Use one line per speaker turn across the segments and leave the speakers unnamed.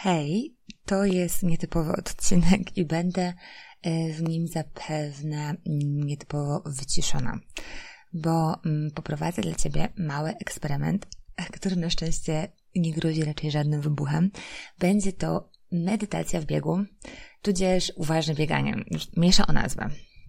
Hej, to jest nietypowy odcinek i będę w nim zapewne nietypowo wyciszona, bo poprowadzę dla Ciebie mały eksperyment, który na szczęście nie grozi raczej żadnym wybuchem. Będzie to medytacja w biegu, tudzież uważne bieganie, już mniejsza o nazwę.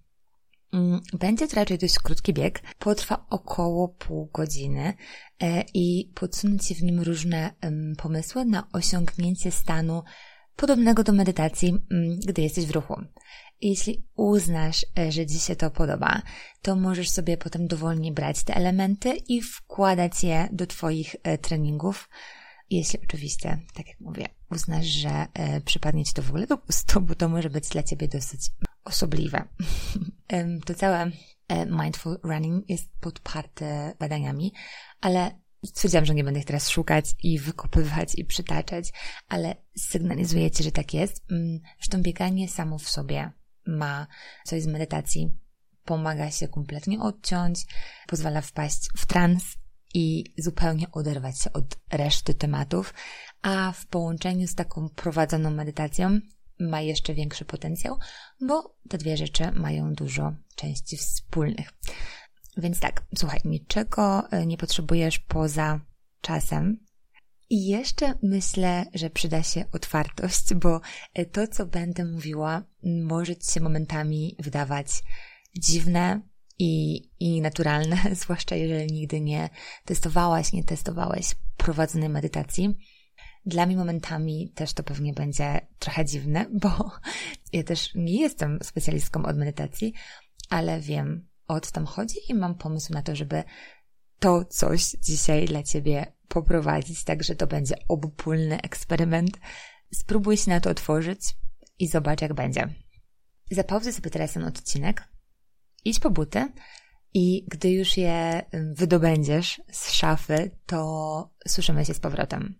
Będzie to raczej dość krótki bieg, potrwa około pół godziny i podsunę Ci w nim różne pomysły na osiągnięcie stanu podobnego do medytacji, gdy jesteś w ruchu. Jeśli uznasz, że Ci się to podoba, to możesz sobie potem dowolnie brać te elementy i wkładać je do Twoich treningów. Jeśli oczywiście, tak jak mówię, uznasz, że przypadnie Ci to w ogóle do gustu, bo to może być dla Ciebie dosyć osobliwe. To całe mindful running jest podparte badaniami, ale stwierdziłam, że nie będę ich teraz szukać i wykopywać i przytaczać, ale sygnalizuję Ci, że tak jest. Zresztą bieganie samo w sobie ma coś z medytacji, pomaga się kompletnie odciąć, pozwala wpaść w trans i zupełnie oderwać się od reszty tematów, a w połączeniu z taką prowadzoną medytacją ma jeszcze większy potencjał, bo te dwie rzeczy mają dużo części wspólnych. Więc tak, słuchaj, niczego nie potrzebujesz poza czasem. I jeszcze myślę, że przyda się otwartość, bo to, co będę mówiła, może Ci się momentami wydawać dziwne i naturalne, zwłaszcza jeżeli nigdy nie testowałeś prowadzonej medytacji. Dla mnie momentami też to pewnie będzie trochę dziwne, bo ja też nie jestem specjalistką od medytacji, ale wiem, o co tam chodzi i mam pomysł na to, żeby to coś dzisiaj dla Ciebie poprowadzić, także to będzie obopólny eksperyment. Spróbuj się na to otworzyć i zobacz, jak będzie. Zapauzuj sobie teraz ten odcinek, idź po buty i gdy już je wydobędziesz z szafy, to słyszymy się z powrotem.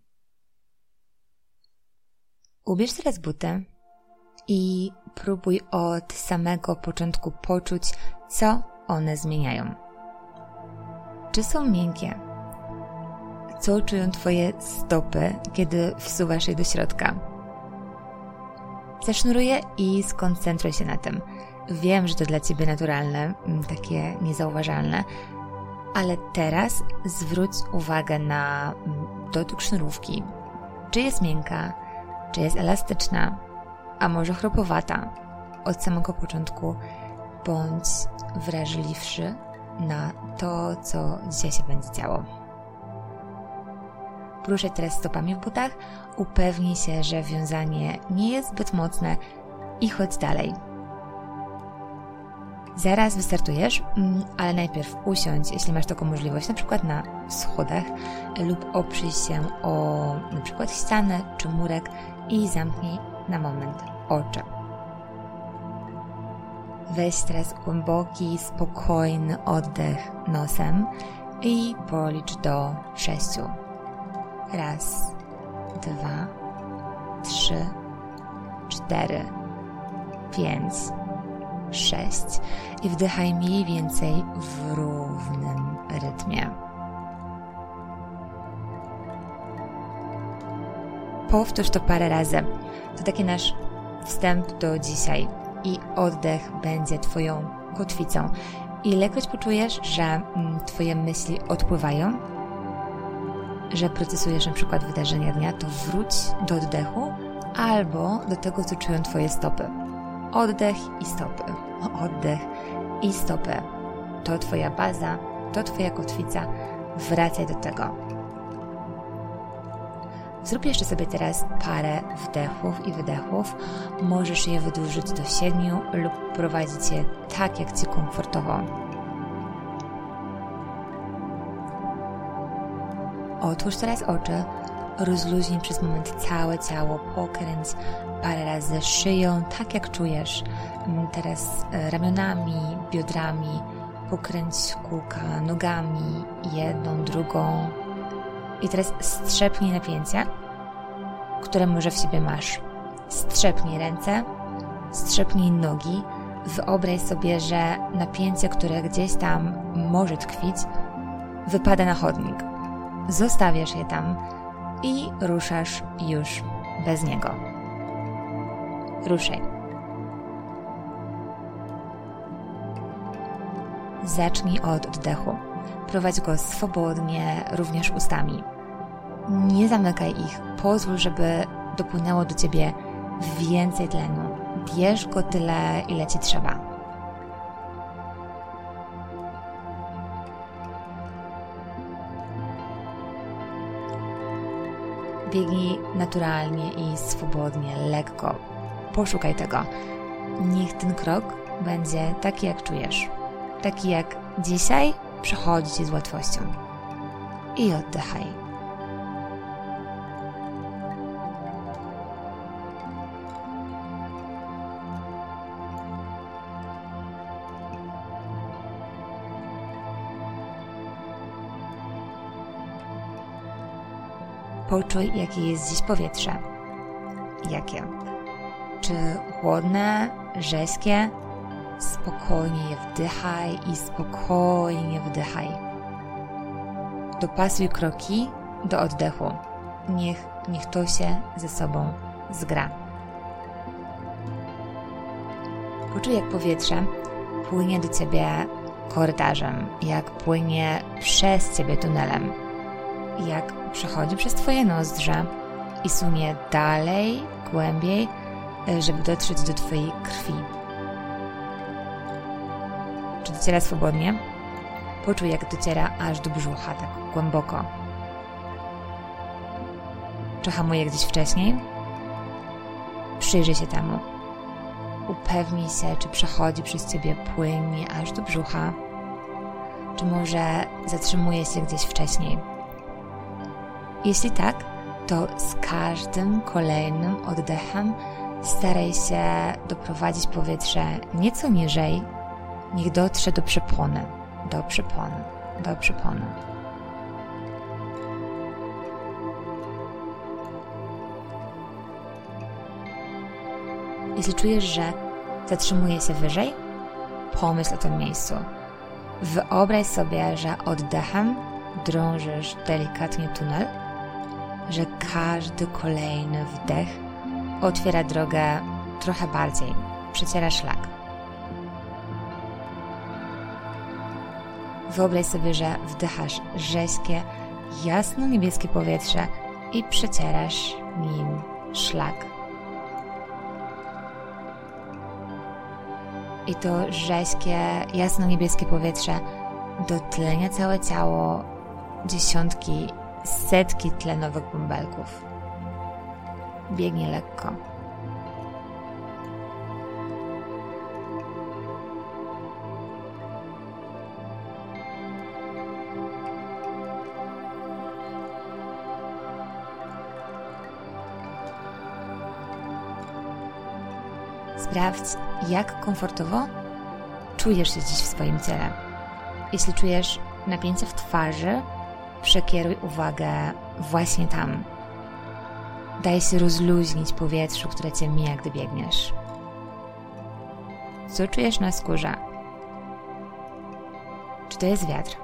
Ubierz teraz buty i próbuj od samego początku poczuć, co one zmieniają. Czy są miękkie? Co czują Twoje stopy, kiedy wsuwasz je do środka? Zasznuruj je i skoncentruj się na tym. Wiem, że to dla Ciebie naturalne, takie niezauważalne, ale teraz zwróć uwagę na dotyk sznurówki. Czy jest miękka? Czy jest elastyczna, a może chropowata? Od samego początku bądź wrażliwszy na to, co dzisiaj się będzie działo. Poruszaj teraz stopami w butach, upewnij się, że wiązanie nie jest zbyt mocne i chodź dalej. Zaraz wystartujesz, ale najpierw usiądź, jeśli masz taką możliwość, na przykład na schodach lub oprzyj się o na przykład ścianę czy murek i zamknij na moment oczy. Weź teraz głęboki, spokojny oddech nosem i policz do 6. 1, 2, 3, 4, 5, 6 i wdychaj mniej więcej w równym rytmie. Powtórz to parę razy. To taki nasz wstęp do dzisiaj i oddech będzie Twoją kotwicą. Ilekroć poczujesz, że Twoje myśli odpływają, że procesujesz na przykład wydarzenia dnia, to wróć do oddechu albo do tego, co czują Twoje stopy. Oddech i stopy. Oddech i stopy. To Twoja baza, to Twoja kotwica. Wracaj do tego. Zrób jeszcze sobie teraz parę wdechów i wydechów. Możesz je wydłużyć do 7 lub prowadzić je tak, jak Ci komfortowo. Otwórz teraz oczy. Rozluźnij przez moment całe ciało. Pokręć parę razy szyją, tak jak czujesz. Teraz ramionami, biodrami. Pokręć kółka nogami, jedną, drugą. I teraz strzepnij napięcie, które może w siebie masz. Strzepnij ręce, strzepnij nogi. Wyobraź sobie, że napięcie, które gdzieś tam może tkwić, wypada na chodnik. Zostawiasz je tam i ruszasz już bez niego. Ruszaj. Zacznij od oddechu. Prowadź go swobodnie, również ustami. Nie zamykaj ich. Pozwól, żeby dopłynęło do Ciebie więcej tlenu. Bierz go tyle, ile Ci trzeba. Biegnij naturalnie i swobodnie, lekko. Poszukaj tego. Niech ten krok będzie taki, jak czujesz. Taki, jak dzisiaj przechodzi Ci z łatwością. I oddychaj. Poczuj, jakie jest dziś powietrze. Jakie? Czy chłodne, rześkie? Spokojnie je wdychaj i spokojnie wdychaj. Dopasuj kroki do oddechu. Niech to się ze sobą zgra. Poczuj, jak powietrze płynie do Ciebie korytarzem, jak płynie przez Ciebie tunelem, jak przechodzi przez Twoje nozdrza i sunie dalej, głębiej, żeby dotrzeć do Twojej krwi. Czy dociera swobodnie? Poczuj, jak dociera aż do brzucha, tak głęboko. Czy hamuje gdzieś wcześniej? Przyjrzyj się temu. Upewnij się, czy przechodzi przez Ciebie płynnie aż do brzucha, czy może zatrzymuje się gdzieś wcześniej. Jeśli tak, to z każdym kolejnym oddechem staraj się doprowadzić powietrze nieco niżej. Niech dotrze do przepony, do przepony, do przepony. Jeśli czujesz, że zatrzymuje się wyżej, pomyśl o tym miejscu. Wyobraź sobie, że oddechem drążysz delikatnie tunel, że każdy kolejny wdech otwiera drogę trochę bardziej, przeciera szlak. Wyobraź sobie, że wdychasz rześkie, jasno-niebieskie powietrze i przecierasz nim szlak. I to rześkie, jasno-niebieskie powietrze dotlenia całe ciało, dziesiątki, setki tlenowych bąbelków. Biegnie lekko. Sprawdź, jak komfortowo czujesz się dziś w swoim ciele. Jeśli czujesz napięcie w twarzy, przekieruj uwagę właśnie tam. Daj się rozluźnić powietrzu, które Cię mija, gdy biegniesz. Co czujesz na skórze? Czy to jest wiatr?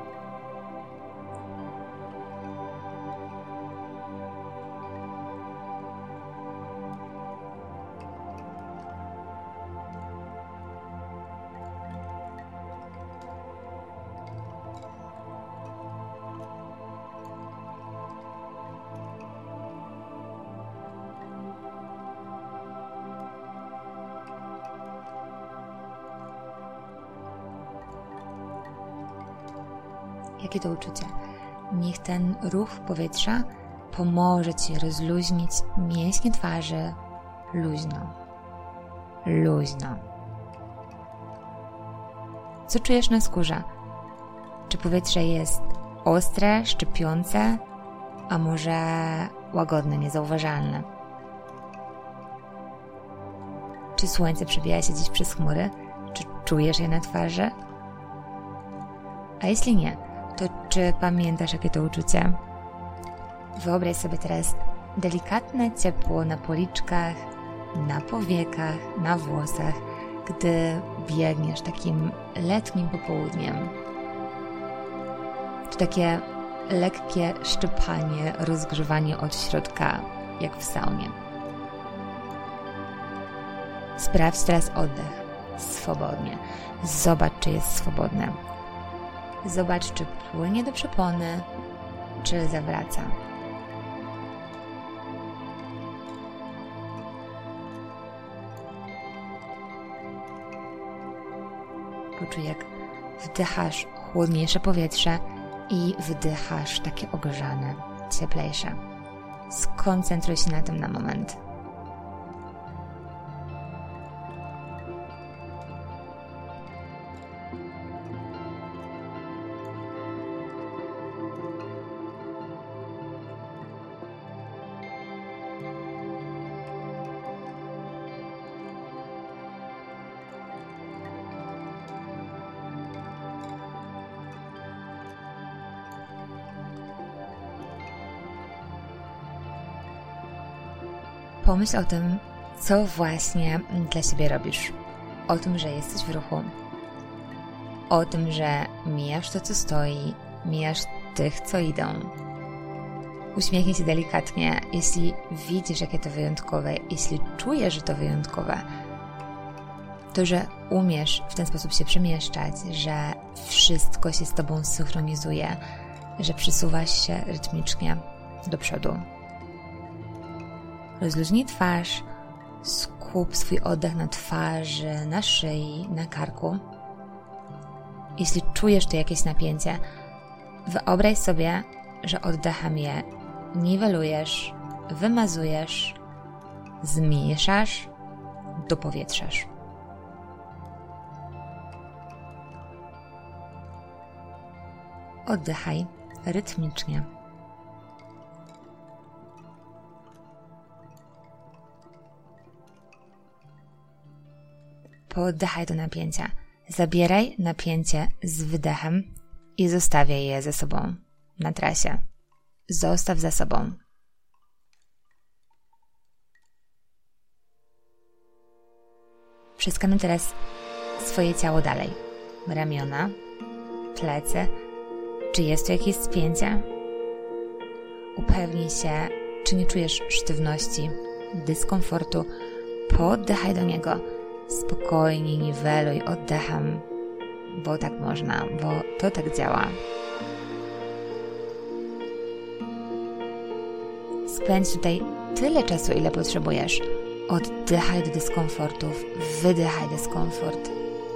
Jakie to uczucie? Niech ten ruch powietrza pomoże Ci rozluźnić mięśnie twarzy luźno. Luźno. Co czujesz na skórze? Czy powietrze jest ostre, szczypiące, a może łagodne, niezauważalne? Czy słońce przebija się dziś przez chmury? Czy czujesz je na twarzy? A jeśli nie, to czy pamiętasz, jakie to uczucie? Wyobraź sobie teraz delikatne ciepło na policzkach, na powiekach, na włosach, gdy biegniesz takim letnim popołudniem. Czy takie lekkie szczypanie, rozgrzewanie od środka jak w saunie. Sprawdź teraz oddech swobodnie. Zobacz, czy jest swobodny. Zobacz, czy płynie do przepony, czy zawraca. Poczuj, jak wdychasz chłodniejsze powietrze i wydychasz takie ogrzane, cieplejsze. Skoncentruj się na tym na moment. Pomyśl o tym, co właśnie dla siebie robisz. O tym, że jesteś w ruchu. O tym, że mijasz to, co stoi, mijasz tych, co idą. Uśmiechnij się delikatnie, jeśli widzisz, jakie to wyjątkowe, jeśli czujesz, że to wyjątkowe. To, że umiesz w ten sposób się przemieszczać, że wszystko się z Tobą synchronizuje, że przesuwasz się rytmicznie do przodu. Rozluźnij twarz, skup swój oddech na twarzy, na szyi, na karku. Jeśli czujesz tu jakieś napięcie, wyobraź sobie, że oddechem je niwelujesz, wymazujesz, zmniejszasz, dopowietrzasz. Oddychaj rytmicznie. Pooddychaj do napięcia. Zabieraj napięcie z wydechem i zostawiaj je ze sobą na trasie. Zostaw za sobą. Przeskanuj teraz swoje ciało dalej. Ramiona, plecy. Czy jest tu jakieś spięcie? Upewnij się, czy nie czujesz sztywności, dyskomfortu. Pooddychaj do niego. Spokojnie niweluj oddechem, bo tak można, bo to tak działa. Spędź tutaj tyle czasu, ile potrzebujesz. Oddychaj do dyskomfortów, wydychaj dyskomfort.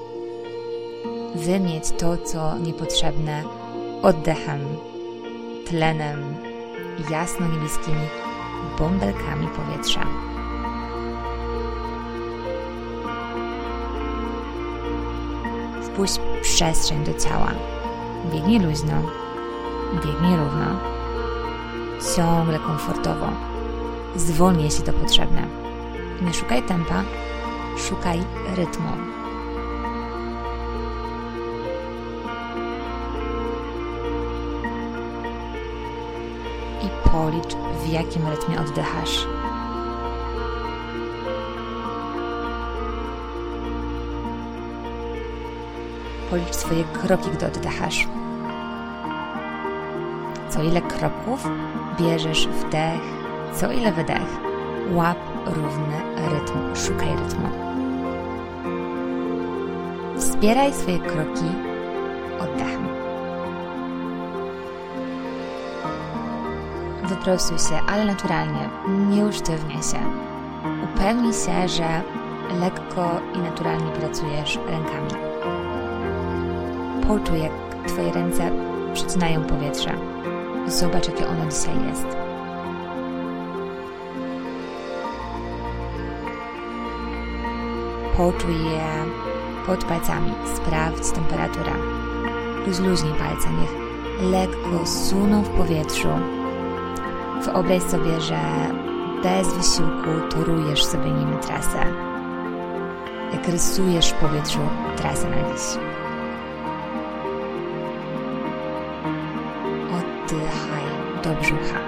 Wymieć to, co niepotrzebne, oddechem, tlenem, jasno-niebieskimi bąbelkami powietrza. Wpuść przestrzeń do ciała. Biegnij luźno, biegnij równo, ciągle komfortowo. Zwolnij, jeśli to potrzebne. Nie szukaj tempa, szukaj rytmu. I policz, w jakim rytmie oddychasz. Policz swoje kroki, gdy oddychasz. Co ile kroków bierzesz wdech, co ile wydech. Łap równy rytm, szukaj rytmu. Wspieraj swoje kroki oddechem. Wyprostuj się, ale naturalnie, nie usztywniaj się. Upewnij się, że lekko i naturalnie pracujesz rękami. Poczuj, jak Twoje ręce przycinają powietrze. Zobacz, jakie ono dzisiaj jest. Poczuj je pod palcami. Sprawdź temperaturę. Rozluźnij palce, niech lekko suną w powietrzu. Wyobraź sobie, że bez wysiłku torujesz sobie nimi trasę. Jak rysujesz w powietrzu trasę na dziś. Oddychaj do brzucha.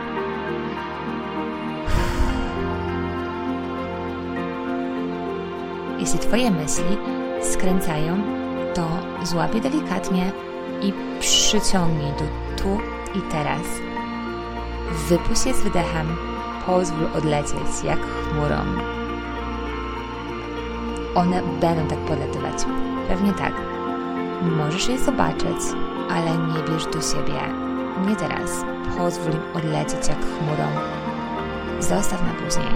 Jeśli Twoje myśli skręcają, to złap je delikatnie i przyciągnij do tu i teraz. Wypuść je z wydechem pozwól odlecieć jak chmurą. One będą tak podlatywać. Pewnie tak. Możesz je zobaczyć, ale nie bierz do siebie. Nie teraz. Pozwól im odlecieć jak chmurą. Zostaw na później.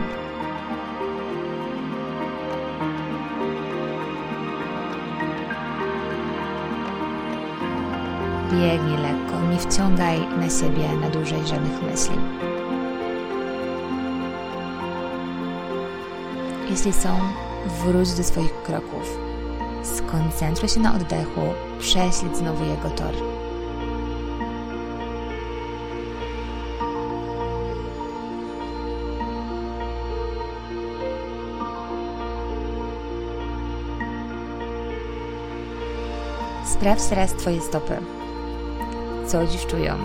Biegnij lekko, nie wciągaj na siebie na dłużej żadnych myśli. Jeśli są, wróć do swoich kroków. Skoncentruj się na oddechu, prześledź znowu jego tor. Sprawdź teraz Twoje stopy. Co dziś czują?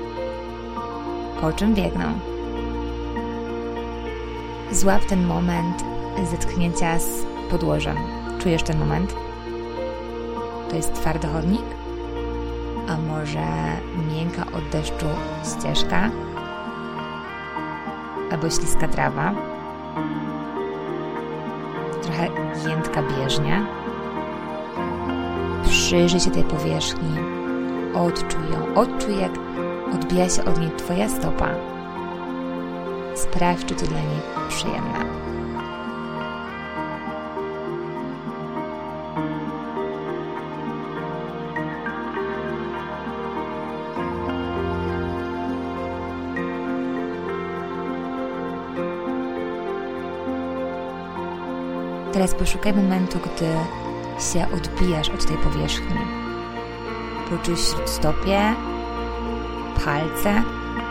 Po czym biegną? Złap ten moment zetknięcia z podłożem. Czujesz ten moment? To jest twardy chodnik? A może miękka od deszczu ścieżka? Albo śliska trawa? Trochę jętka bieżnia? Przyjrzyj się tej powierzchni. Odczuj ją. Odczuj, jak odbija się od niej Twoja stopa. Sprawdź, czy to dla niej przyjemne. Teraz poszukaj momentu, gdy się odbijasz od tej powierzchni. Poczuj śródstopie, palce.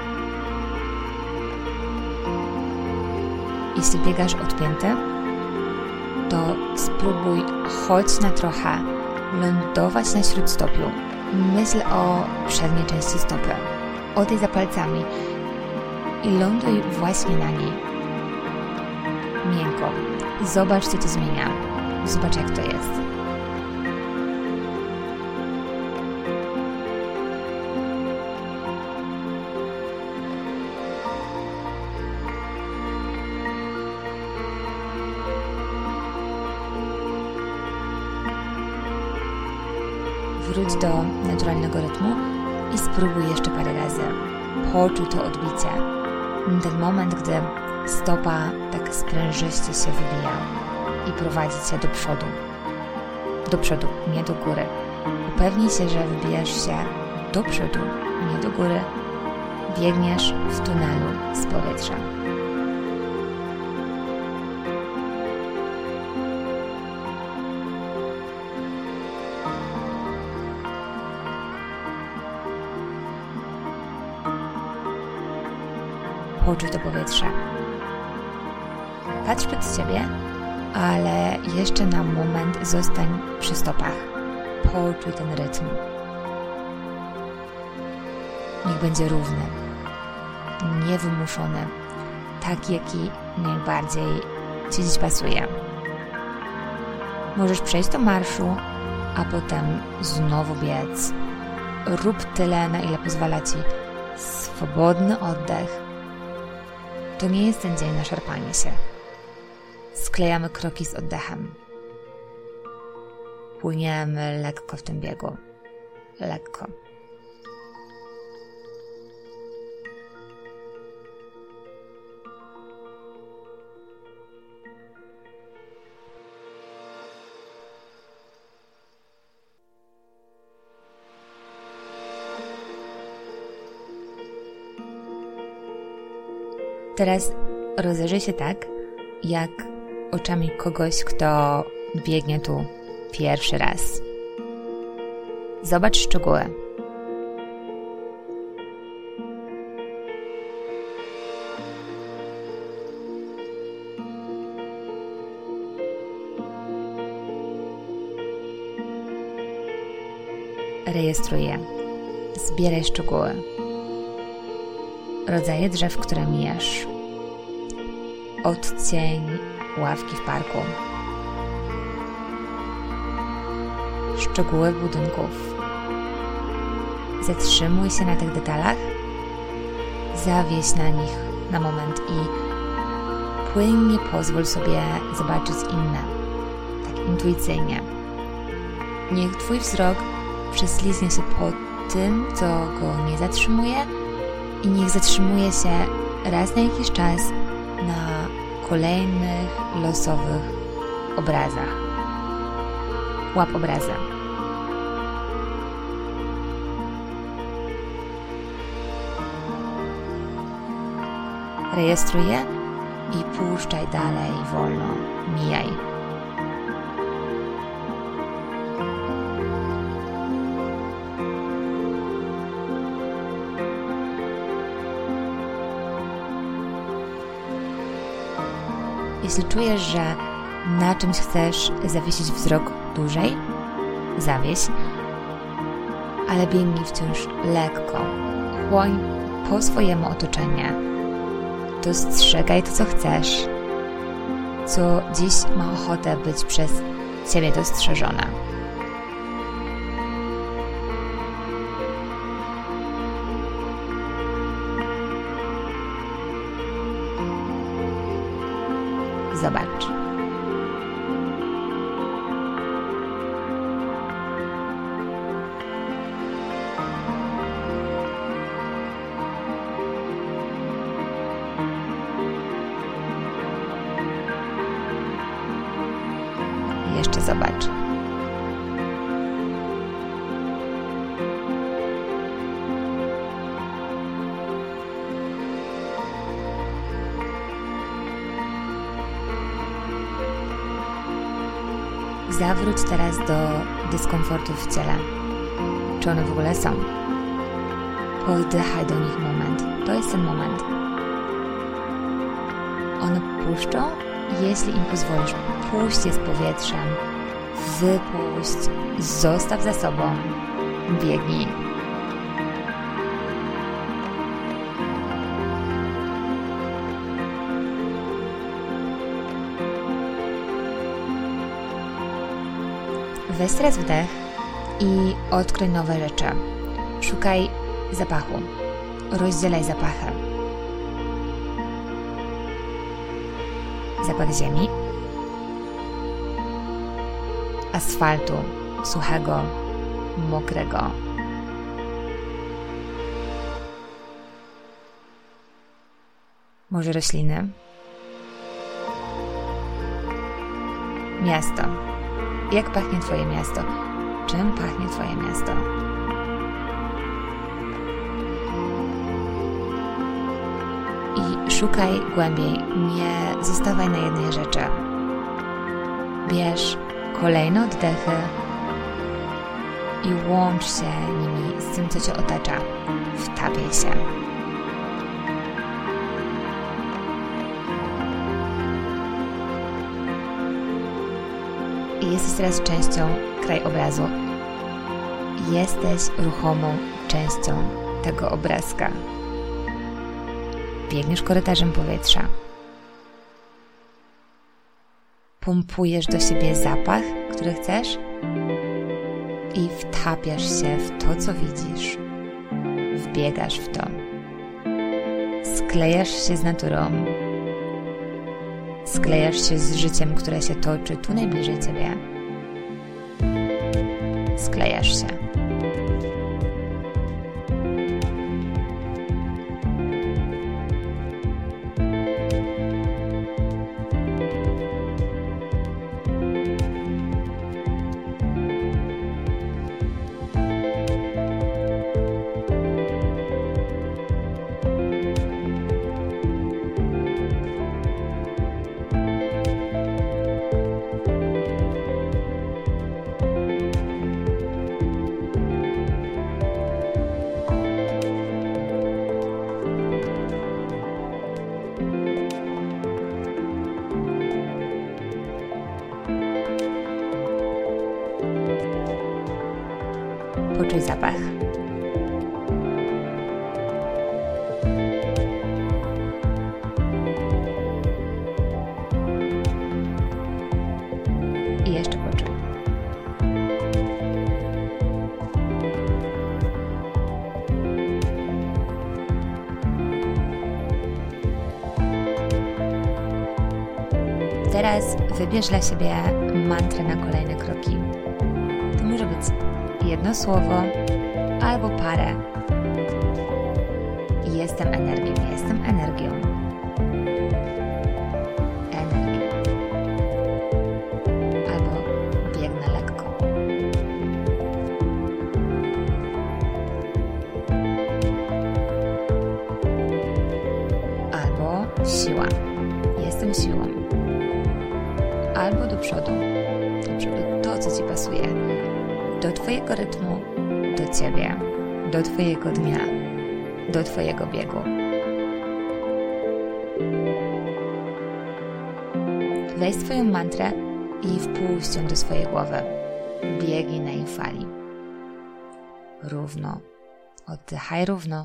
Jeśli biegasz odpięty, to spróbuj choć na trochę lądować na śródstopiu. Myśl o przedniej części stopy, o tej za palcami i ląduj właśnie na niej. Miękko. Zobacz, co to zmienia. Zobacz, jak to jest. Wróć do naturalnego rytmu i spróbuj jeszcze parę razy. Poczuj to odbicie. Ten moment, gdy stopa tak sprężyście się wybija i prowadzi cię do przodu. Do przodu, nie do góry. Upewnij się, że wybijasz się do przodu, nie do góry. Biegniesz w tunelu z powietrza. Poczuj to powietrze. Patrz przed siebie, ale jeszcze na moment zostań przy stopach. Poczuj ten rytm. Niech będzie równy, niewymuszony, taki, jaki najbardziej Ci dziś pasuje. Możesz przejść do marszu, a potem znowu biec. Rób tyle, na ile pozwala Ci swobodny oddech. To nie jest ten dzień na szarpanie się. Sklejamy kroki z oddechem. Płyniemy lekko w tym biegu. Lekko. Teraz rozejrzyj się tak, jak oczami kogoś, kto biegnie tu pierwszy raz. Zobacz szczegóły. Rejestruj je. Zbieraj szczegóły. Rodzaje drzew, które mijasz. Odcień ławki w parku. Szczegóły budynków. Zatrzymuj się na tych detalach. Zawieś na nich na moment i płynnie pozwól sobie zobaczyć inne, tak intuicyjnie. Niech Twój wzrok przesliznie się po tym, co go nie zatrzymuje i niech zatrzymuje się raz na jakiś czas na kolejnych losowych obrazach. Łap obrazy. Rejestruj je i puszczaj dalej wolno. Mijaj. Jeśli czujesz, że na czymś chcesz zawiesić wzrok dłużej, zawieś, ale biegnij wciąż lekko. Chłoń po swojemu otoczenie. Dostrzegaj to, co chcesz, co dziś ma ochotę być przez Ciebie dostrzeżone. Zobacz. Jeszcze zobacz. Zawróć teraz do dyskomfortów w ciele. Czy one w ogóle są? Poddychaj do nich moment. To jest ten moment. One puszczą, jeśli im pozwolisz. Puść je z powietrzem. Wypuść. Zostaw za sobą. Biegnij. Weź teraz wdech i odkryj nowe rzeczy. Szukaj zapachu. Rozdzielaj zapachy. Zapach ziemi, asfaltu, suchego, mokrego. Może rośliny? Miasto. Jak pachnie Twoje miasto? Czym pachnie Twoje miasto? I szukaj głębiej. Nie zostawaj na jednej rzeczy. Bierz kolejne oddechy i łącz się nimi z tym, co Cię otacza. Wtapiaj się. I jesteś teraz częścią krajobrazu. Jesteś ruchomą częścią tego obrazka. Biegniesz korytarzem powietrza. Pompujesz do siebie zapach, który chcesz i wtapiasz się w to, co widzisz. Wbiegasz w to. Sklejasz się z naturą. Sklejasz się z życiem, które się toczy tu najbliżej Ciebie. Sklejasz się. Poczuj zapach. I jeszcze poczuj. Teraz wybierz dla siebie mantrę na kolejne kroki. To może być jedno słowo albo parę. Jestem energią, jestem energią. Energią. Albo biegnę lekko. Albo siła. Jestem siłą. Albo do przodu, to co Ci pasuje, do Twojego rytmu, do Ciebie, do Twojego dnia, do Twojego biegu. Weź swoją mantrę i wpuść ją do swojej głowy. Biegnij na jej fali. Równo. Oddychaj równo.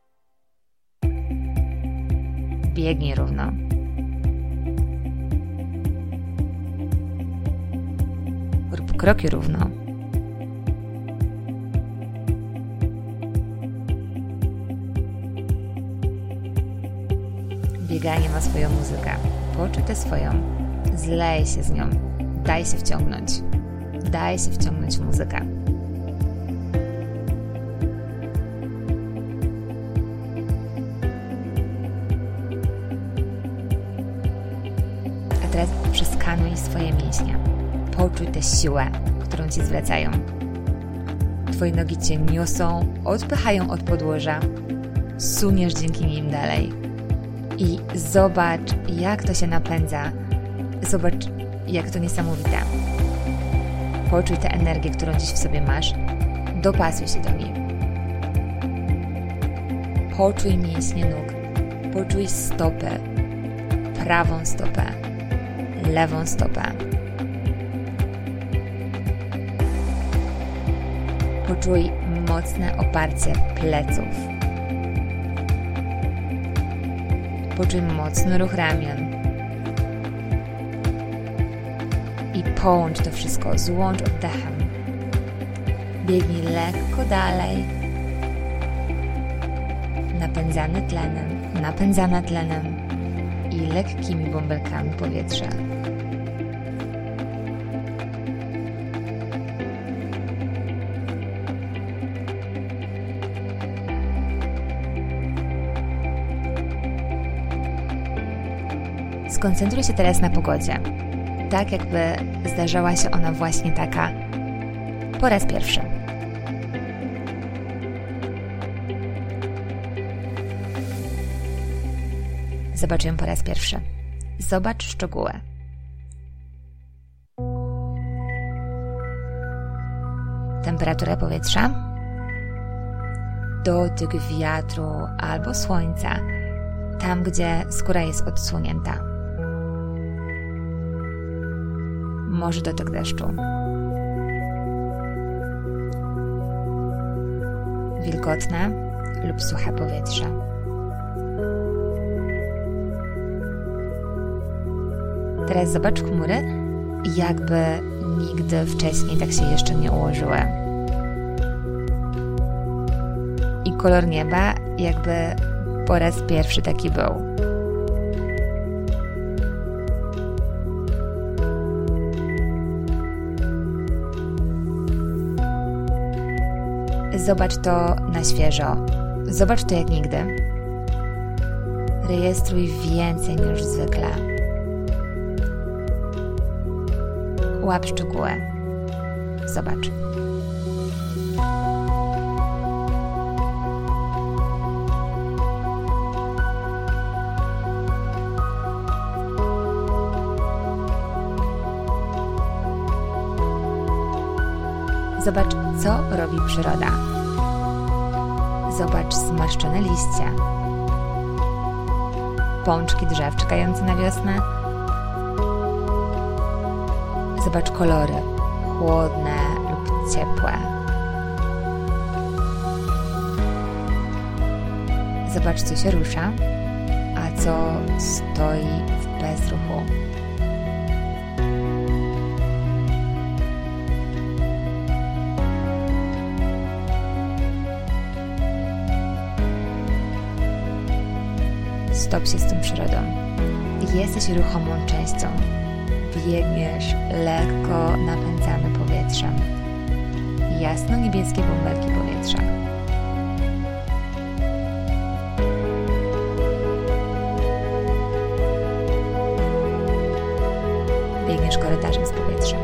Biegnij równo. Rób kroki równo. Bieganie ma swoją muzykę. Poczuj tę swoją. Zlej się z nią. Daj się wciągnąć. Daj się wciągnąć w muzykę. A teraz przeskanuj swoje mięśnie. Poczuj tę siłę, którą Ci zwracają. Twoje nogi Cię niosą, odpychają od podłoża. Suniesz dzięki nim dalej. I zobacz, jak to się napędza. Zobacz, jak to niesamowite. Poczuj tę energię, którą dziś w sobie masz. Dopasuj się do niej. Poczuj mięśnie nóg. Poczuj stopę. Prawą stopę. Lewą stopę. Poczuj mocne oparcie pleców. Poczuj mocny ruch ramion. I połącz to wszystko, złącz oddechem. Biegnij lekko dalej. Napędzana tlenem i lekkimi bąbelkami powietrza. Skoncentruj się teraz na pogodzie, tak jakby zdarzała się ona właśnie taka po raz pierwszy. Zobacz ją po raz pierwszy. Zobacz szczegóły. Temperatura powietrza, dotyk wiatru albo słońca, tam gdzie skóra jest odsunięta. Może dotyk deszczu. Wilgotne lub suche powietrze. Teraz zobacz chmury, jakby nigdy wcześniej tak się jeszcze nie ułożyły. I kolor nieba, jakby po raz pierwszy taki był. Zobacz to na świeżo. Zobacz to jak nigdy. Rejestruj więcej niż zwykle. Łap szczegóły. Zobacz. Zobacz, co robi przyroda. Zobacz zmarszczone liście. Pączki drzew czekające na wiosnę. Zobacz kolory, chłodne lub ciepłe. Zobacz, co się rusza, a co stoi w bezruchu. Stop się z tą przyrodą. Jesteś ruchomą częścią. biegniesz lekko napędzany powietrzem. Jasno-niebieskie bąbelki powietrza. Biegniesz korytarzem z powietrzem.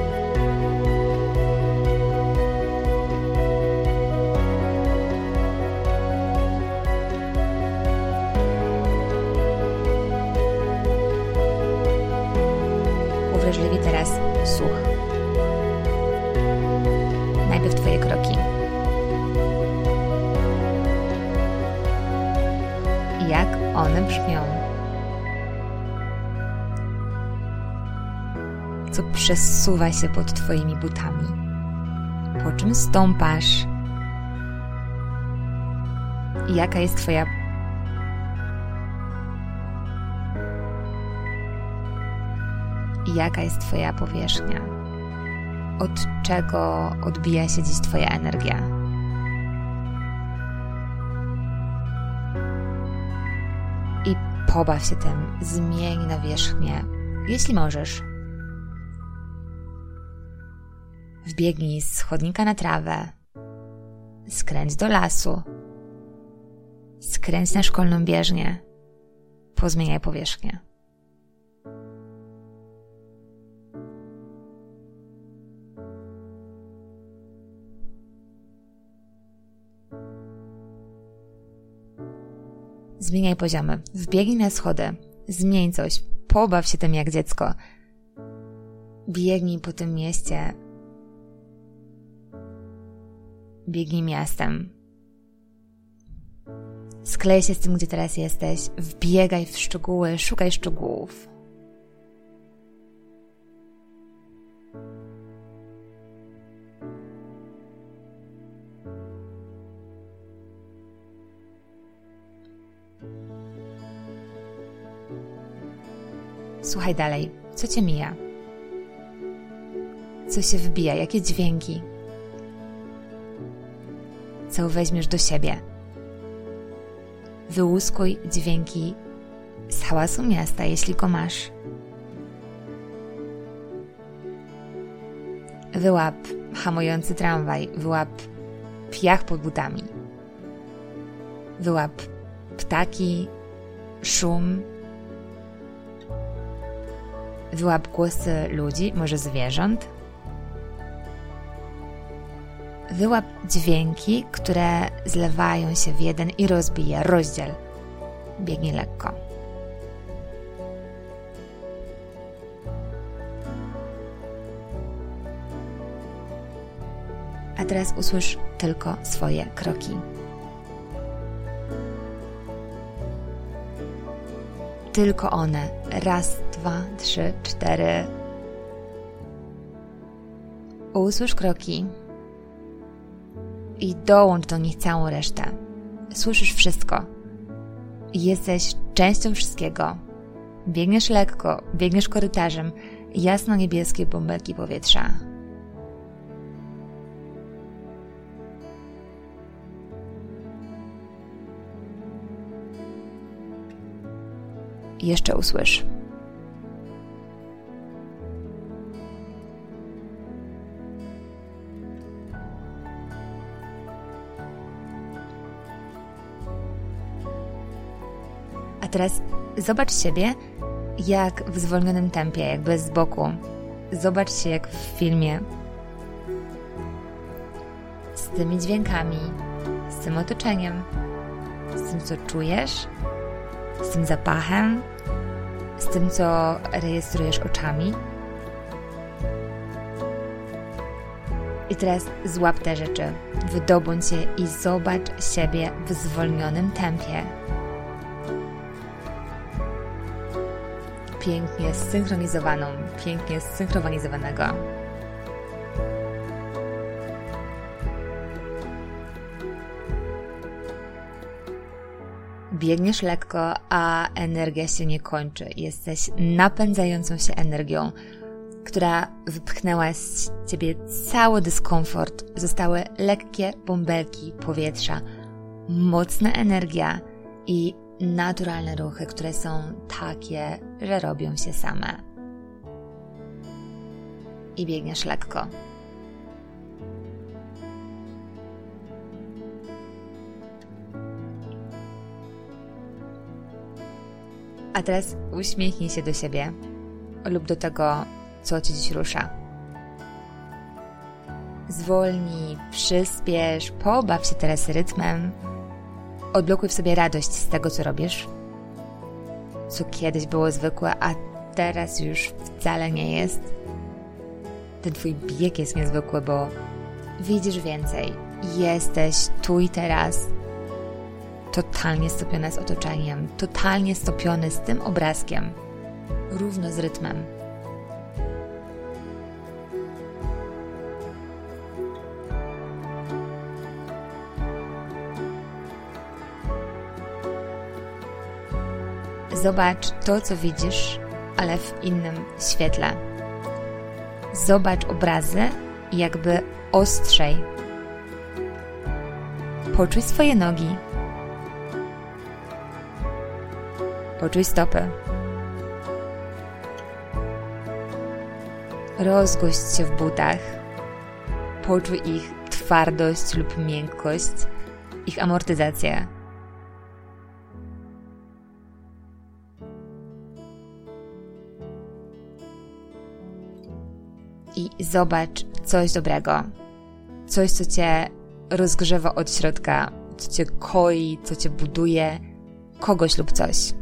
Uwrażliwi teraz słuch. Najpierw Twoje kroki. Jak one brzmią? Co przesuwa się pod Twoimi butami? Po czym stąpasz? Jaka jest Twoja powierzchnia? Od czego odbija się dziś Twoja energia? I pobaw się tym, zmień nawierzchnię, jeśli możesz. Wbiegnij z chodnika na trawę, skręć do lasu, skręć na szkolną bieżnię, pozmieniaj powierzchnię. Zmieniaj poziomy, wbiegnij na schody, zmień coś, pobaw się tym jak dziecko. Biegnij po tym mieście, biegnij miastem. Sklej się z tym, gdzie teraz jesteś, wbiegaj w szczegóły, szukaj szczegółów. Słuchaj dalej, co Cię mija? Co się wbija? Jakie dźwięki? Co weźmiesz do siebie? Wyłuskuj dźwięki z hałasu miasta, jeśli go masz. Wyłap hamujący tramwaj, wyłap piach pod butami. Wyłap ptaki, szum. Wyłap głosy ludzi, może zwierząt. Wyłap dźwięki, które zlewają się w jeden i rozdziel. Biegnij lekko. A teraz usłysz tylko swoje kroki. Tylko one. 1, 2, 3, 4. Usłysz kroki i dołącz do nich całą resztę. Słyszysz wszystko. Jesteś częścią wszystkiego. Biegniesz lekko, biegniesz korytarzem, jasno-niebieskie bąbelki powietrza. Jeszcze usłysz. A teraz zobacz siebie jak w zwolnionym tempie, jakby z boku. Zobacz się jak w filmie. Z tymi dźwiękami, z tym otoczeniem, z tym co czujesz, z tym zapachem, z tym co rejestrujesz oczami. I teraz złap te rzeczy, wydobądź je i zobacz siebie w zwolnionym tempie. Pięknie zsynchronizowaną, pięknie zsynchronizowanego. Biegniesz lekko, a energia się nie kończy. Jesteś napędzającą się energią, która wypchnęła z ciebie cały dyskomfort. Zostały lekkie bąbelki powietrza, mocna energia i naturalne ruchy, które są takie, że robią się same. i biegniesz lekko. A teraz uśmiechnij się do siebie lub do tego, co Cię dziś rusza. Zwolnij, przyspiesz, pobaw się teraz rytmem. Odblokuj w sobie radość z tego, co robisz, co kiedyś było zwykłe, a teraz już wcale nie jest. Ten Twój bieg jest niezwykły, bo widzisz więcej. Jesteś tu i teraz. Totalnie stopiony z otoczeniem, totalnie stopiony z tym obrazkiem, równo z rytmem. Zobacz to, co widzisz, ale w innym świetle. Zobacz obrazy jakby ostrzej. Poczuj swoje nogi. Poczuj stopy. Rozgość się w butach. Poczuj ich twardość lub miękkość, ich amortyzację. I zobacz coś dobrego. Coś, co Cię rozgrzewa od środka, co Cię koi, co Cię buduje, kogoś lub coś.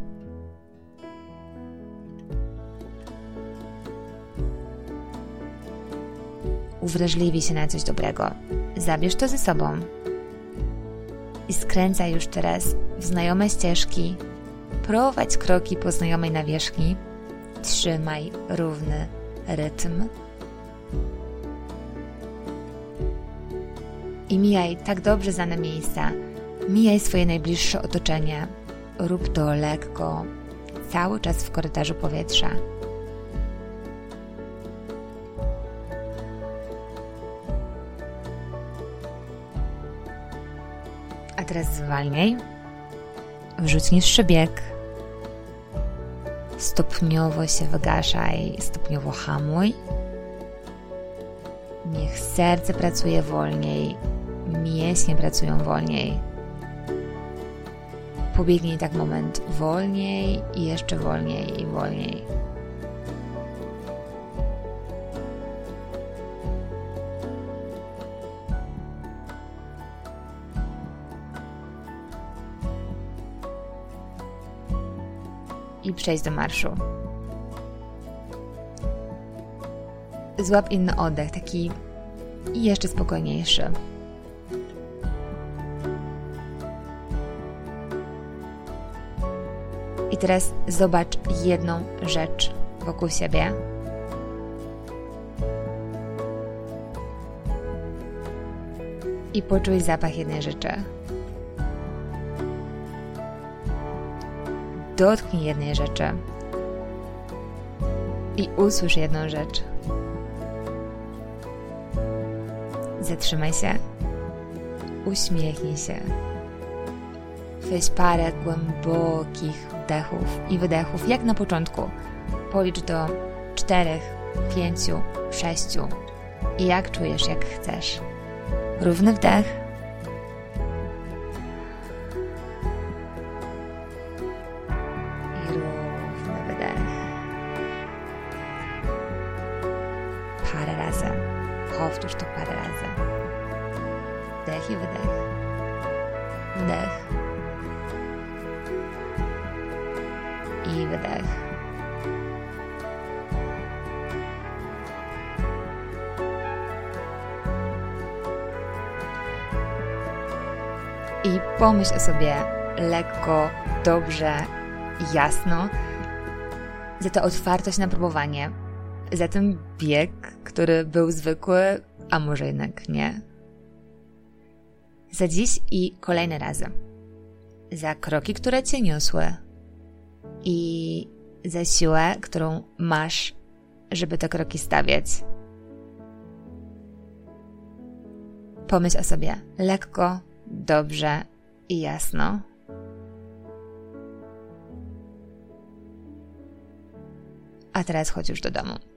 Uwrażliwij się na coś dobrego. Zabierz to ze sobą. I skręcaj już teraz w znajome ścieżki. Prowadź kroki po znajomej nawierzchni. Trzymaj równy rytm. I mijaj tak dobrze znane miejsca. Mijaj swoje najbliższe otoczenie. Rób to lekko, cały czas w korytarzu powietrza. A teraz zwalniaj. Wrzuć niższy bieg. Stopniowo się wygaszaj, stopniowo hamuj. Niech serce pracuje wolniej, mięśnie pracują wolniej. Pobiegnij tak moment wolniej i jeszcze wolniej i wolniej. I przejdź do marszu. Złap inny oddech, taki jeszcze spokojniejszy. I teraz zobacz jedną rzecz wokół siebie. I poczuj zapach jednej rzeczy. Dotknij jednej rzeczy. I usłysz jedną rzecz. Zatrzymaj się. Uśmiechnij się. Weź parę głębokich wdechów i wydechów, jak na początku. Policz do 4, 5, 6. I jak czujesz, jak chcesz. Równy wdech. I równy wydech. Parę razy. Powtórz to parę razy. Wdech i wydech. Wdech. I wydech. I pomyśl o sobie lekko, dobrze, jasno, za tę otwartość na próbowanie, za ten bieg, który był zwykły, a może jednak nie. Za dziś i kolejne razy. Za kroki, które Cię niosły i za siłę, którą masz, żeby te kroki stawiać. Pomyśl o sobie lekko, dobrze i jasno. A teraz chodź już do domu.